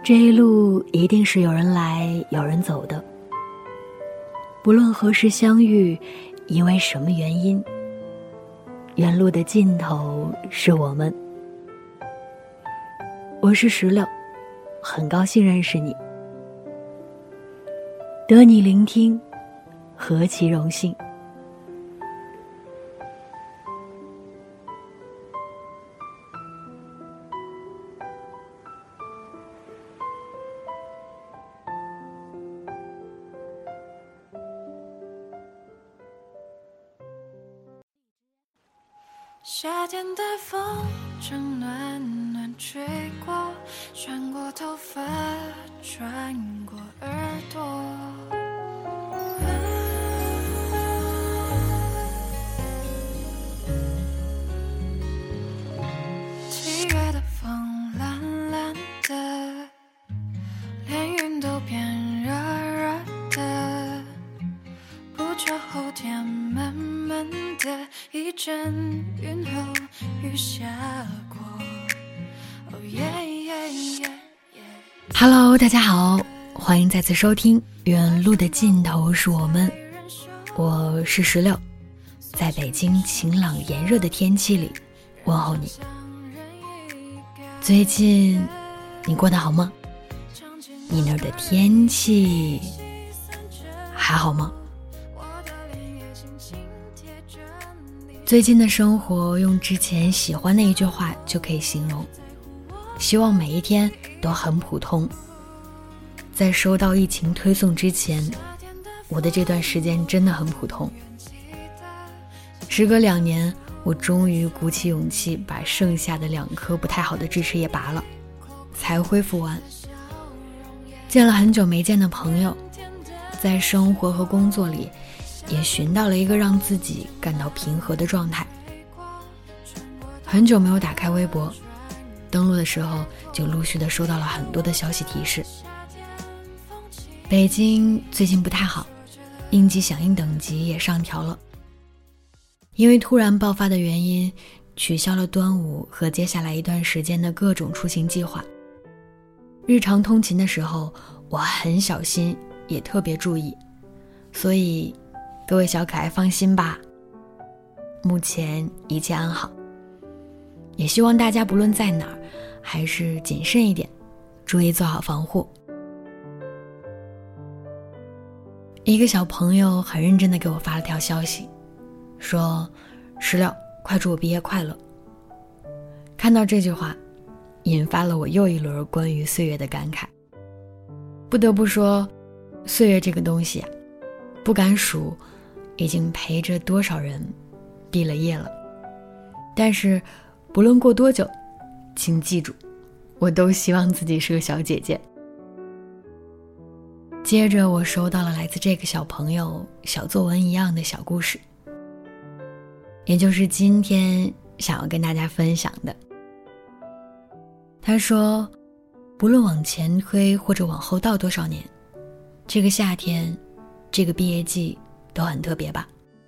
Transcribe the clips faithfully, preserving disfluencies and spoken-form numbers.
这一路一定是有人来有人走的，不论何时相遇，因为什么原因，原路的尽头是我们。我是石榴，很高兴认识你，得你聆听，何其荣幸。 夏天的风正暖暖吹过，穿过头发，穿过耳朵。七月的风蓝蓝的，连云都变热热的，不久后天闷闷的，一阵云后雨下过。Oh yeah yeah yeah yeah。 Hello， 大家好，欢迎再次收听原路的尽头是我们，我是石榴，在北京晴朗炎热的天气里问候你。最近你过得好吗？你那儿的天气还好吗？最近的生活用之前喜欢的一句话就可以形容，希望每一天都很普通。在收到疫情推送之前，我的这段时间真的很普通。时隔两年，我终于鼓起勇气把剩下的两颗不太好的智齿也拔了，才恢复完。见了很久没见的朋友，在生活和工作里也寻到了一个让自己感到平和的状态。很久没有打开微博，登录的时候就陆续的收到了很多的消息提示。北京最近不太好，应急响应等级也上调了。因为突然爆发的原因，取消了端午和接下来一段时间的各种出行计划。日常通勤的时候，我很小心，也特别注意，所以各位小可爱放心吧，目前一切安好。也希望大家不论在哪儿，还是谨慎一点，注意做好防护。一个小朋友很认真地给我发了条消息，说石榴，快祝我毕业快乐。看到这句话，引发了我又一轮关于岁月的感慨。不得不说，岁月这个东西啊，不敢数已经陪着多少人毕了业了，但是不论过多久，请记住，我都希望自己是个小姐姐。接着我收到了来自这个小朋友小作文一样的小故事，也就是今天想要跟大家分享的。他说，不论往前推或者往后倒多少年，这个夏天，这个毕业季都很特别吧。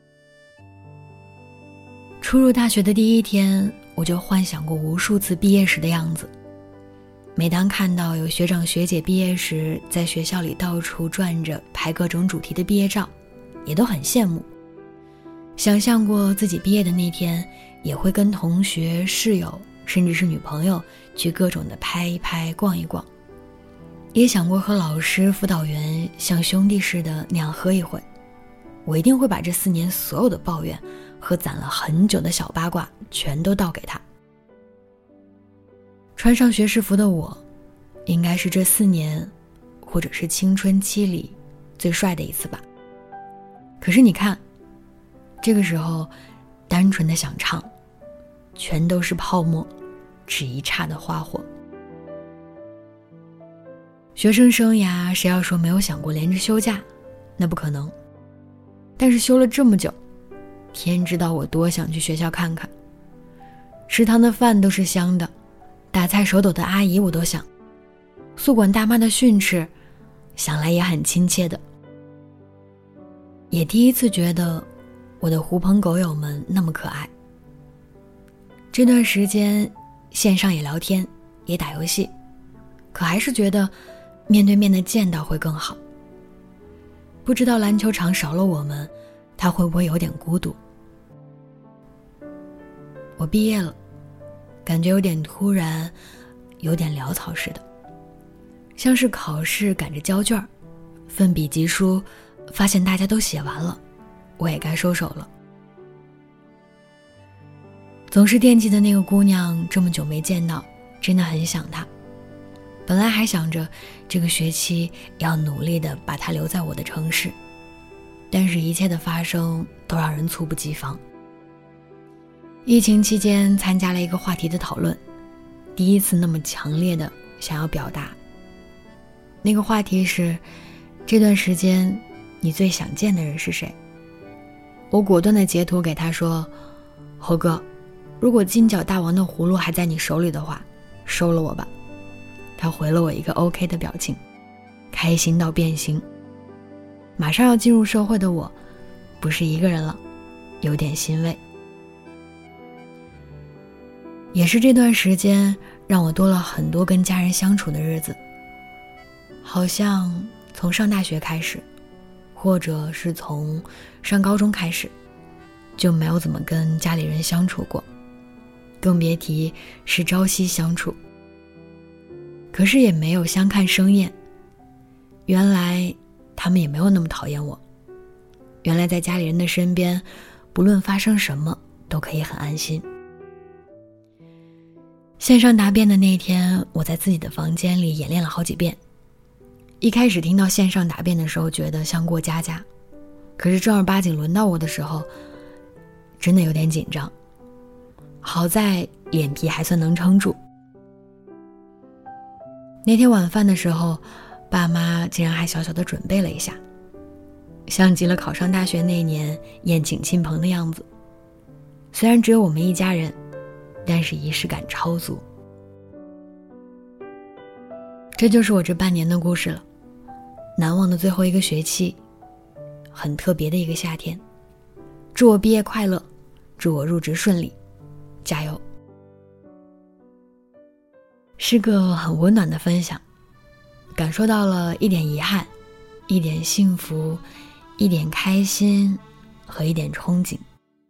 初入大学的第一天，我就幻想过无数次毕业时的样子。每当看到有学长学姐毕业时在学校里到处转着拍各种主题的毕业照，也都很羡慕。想象过自己毕业的那天，也会跟同学、室友甚至是女朋友去各种的拍一拍、逛一逛。也想过和老师、辅导员像兄弟似的那样喝一回。我一定会把这四年所有的抱怨和攒了很久的小八卦全都倒给他。穿上学士服的我，应该是这四年或者是青春期里最帅的一次吧。可是你看，这个时候单纯的想唱，全都是泡沫，只一刹的花火。学生生涯谁要说没有想过连着休假，那不可能。但是休了这么久，天知道我多想去学校看看。食堂的饭都是香的，打菜手抖的阿姨我都想，宿管大妈的训斥想来也很亲切的。也第一次觉得我的狐朋狗友们那么可爱。这段时间线上也聊天，也打游戏， 可还是觉得面对面的见到会更好。不知道篮球场少了我们，他会不会有点孤独？我毕业了，感觉有点突然，有点潦草似的，像是考试赶着交卷，奋笔疾书，发现大家都写完了，我也该收手了。总是惦记的那个姑娘，这么久没见到，真的很想她。本来还想着这个学期要努力的把她留在我的城市，但是一切的发生都让人猝不及防。疫情期间参加了一个话题的讨论，第一次那么强烈的想要表达。那个话题是，这段时间你最想见的人是谁？我果断的截图给他说，猴哥，如果金角大王的葫芦还在你手里的话，收了我吧。他回了我一个 OK 的表情，开心到变形。马上要进入社会的我，不是一个人了，有点欣慰。也是这段时间让我多了很多跟家人相处的日子，好像从上大学开始，或者是从上高中开始，就没有怎么跟家里人相处过，更别提是朝夕相处。可是也没有相看生厌，原来他们也没有那么讨厌我，原来在家里人的身边，不论发生什么都可以很安心。线上答辩的那天，我在自己的房间里演练了好几遍。一开始听到线上答辩的时候，觉得像过家家，可是正儿八经轮到我的时候，真的有点紧张。好在脸皮还算能撑住。那天晚饭的时候，爸妈竟然还小小的准备了一下，像极了考上大学那年宴请亲朋的样子。虽然只有我们一家人，但是仪式感超足。这就是我这半年的故事了，难忘的最后一个学期，很特别的一个夏天。祝我毕业快乐，祝我入职顺利，加油。是个很温暖的分享，感受到了一点遗憾，一点幸福，一点开心和一点憧憬。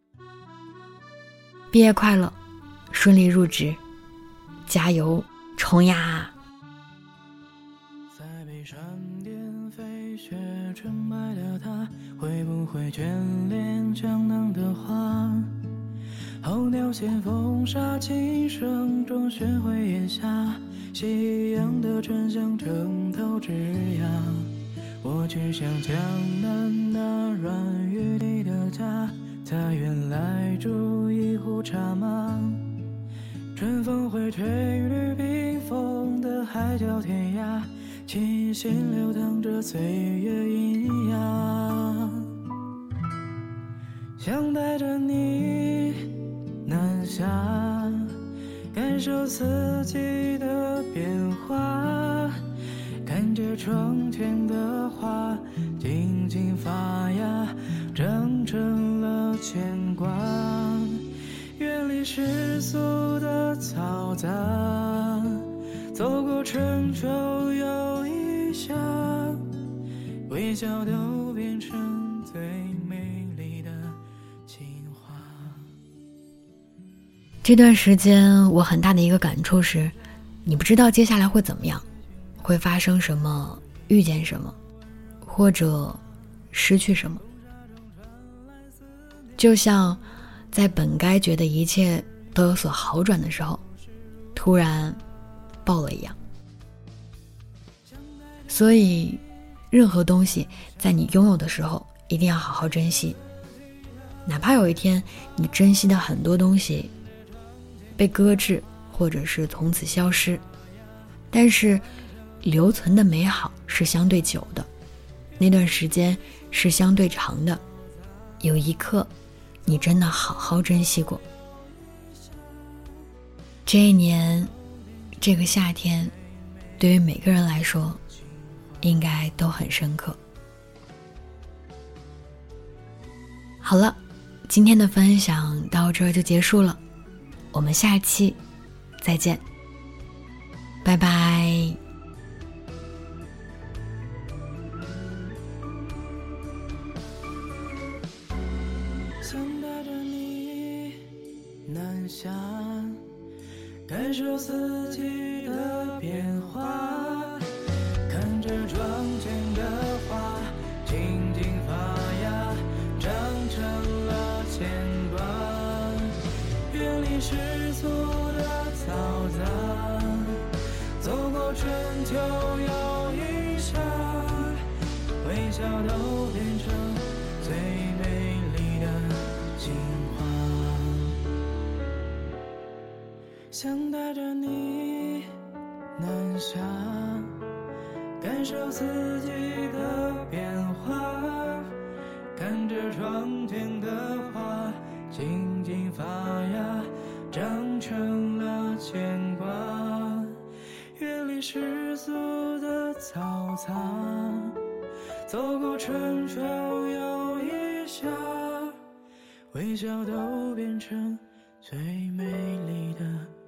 毕业快乐，顺利入职，加油冲呀！ 在被闪电飞雪沉败的他，会不会眷恋江南的花？候鸟衔风沙，琴声中学会檐下，夕阳的醇香城头枝桠。我去向江南那软雨里的家，他原来住一壶茶马。春风会吹绿冰封的海角天涯，琴弦流淌着岁月阴阳。想带着你南下，感受四季的变化，看着窗前的花静静发芽，长成了牵挂。远离世俗的嘈杂，走过春秋又一夏，微笑都变成最美丽的情话。 这段时间我很大的一个感触是，你不知道接下来会怎么样，会发生什么，遇见什么，或者失去什么。就像在本该觉得一切都有所好转的时候，突然爆了一样。所以任何东西在你拥有的时候一定要好好珍惜，哪怕有一天你珍惜的很多东西被搁置，或者是从此消失，但是留存的美好是相对久的，那段时间是相对长的，有一刻你真的好好珍惜过。这一年，这个夏天，对于每个人来说应该都很深刻。好了，今天的分享到这儿就结束了，我们下期再见，拜拜。 夏，感受四季的变化，看着窗前的花静静发芽，长成了牵挂，远离世俗的嘈杂，走过春秋又一夏，微笑都变成最美丽的情话。想带着你南下，感受四季的变化，看着窗前的花静静发芽，长成了牵挂，远离世俗的嘈杂，走过春秋又一夏，微笑都变成最美丽的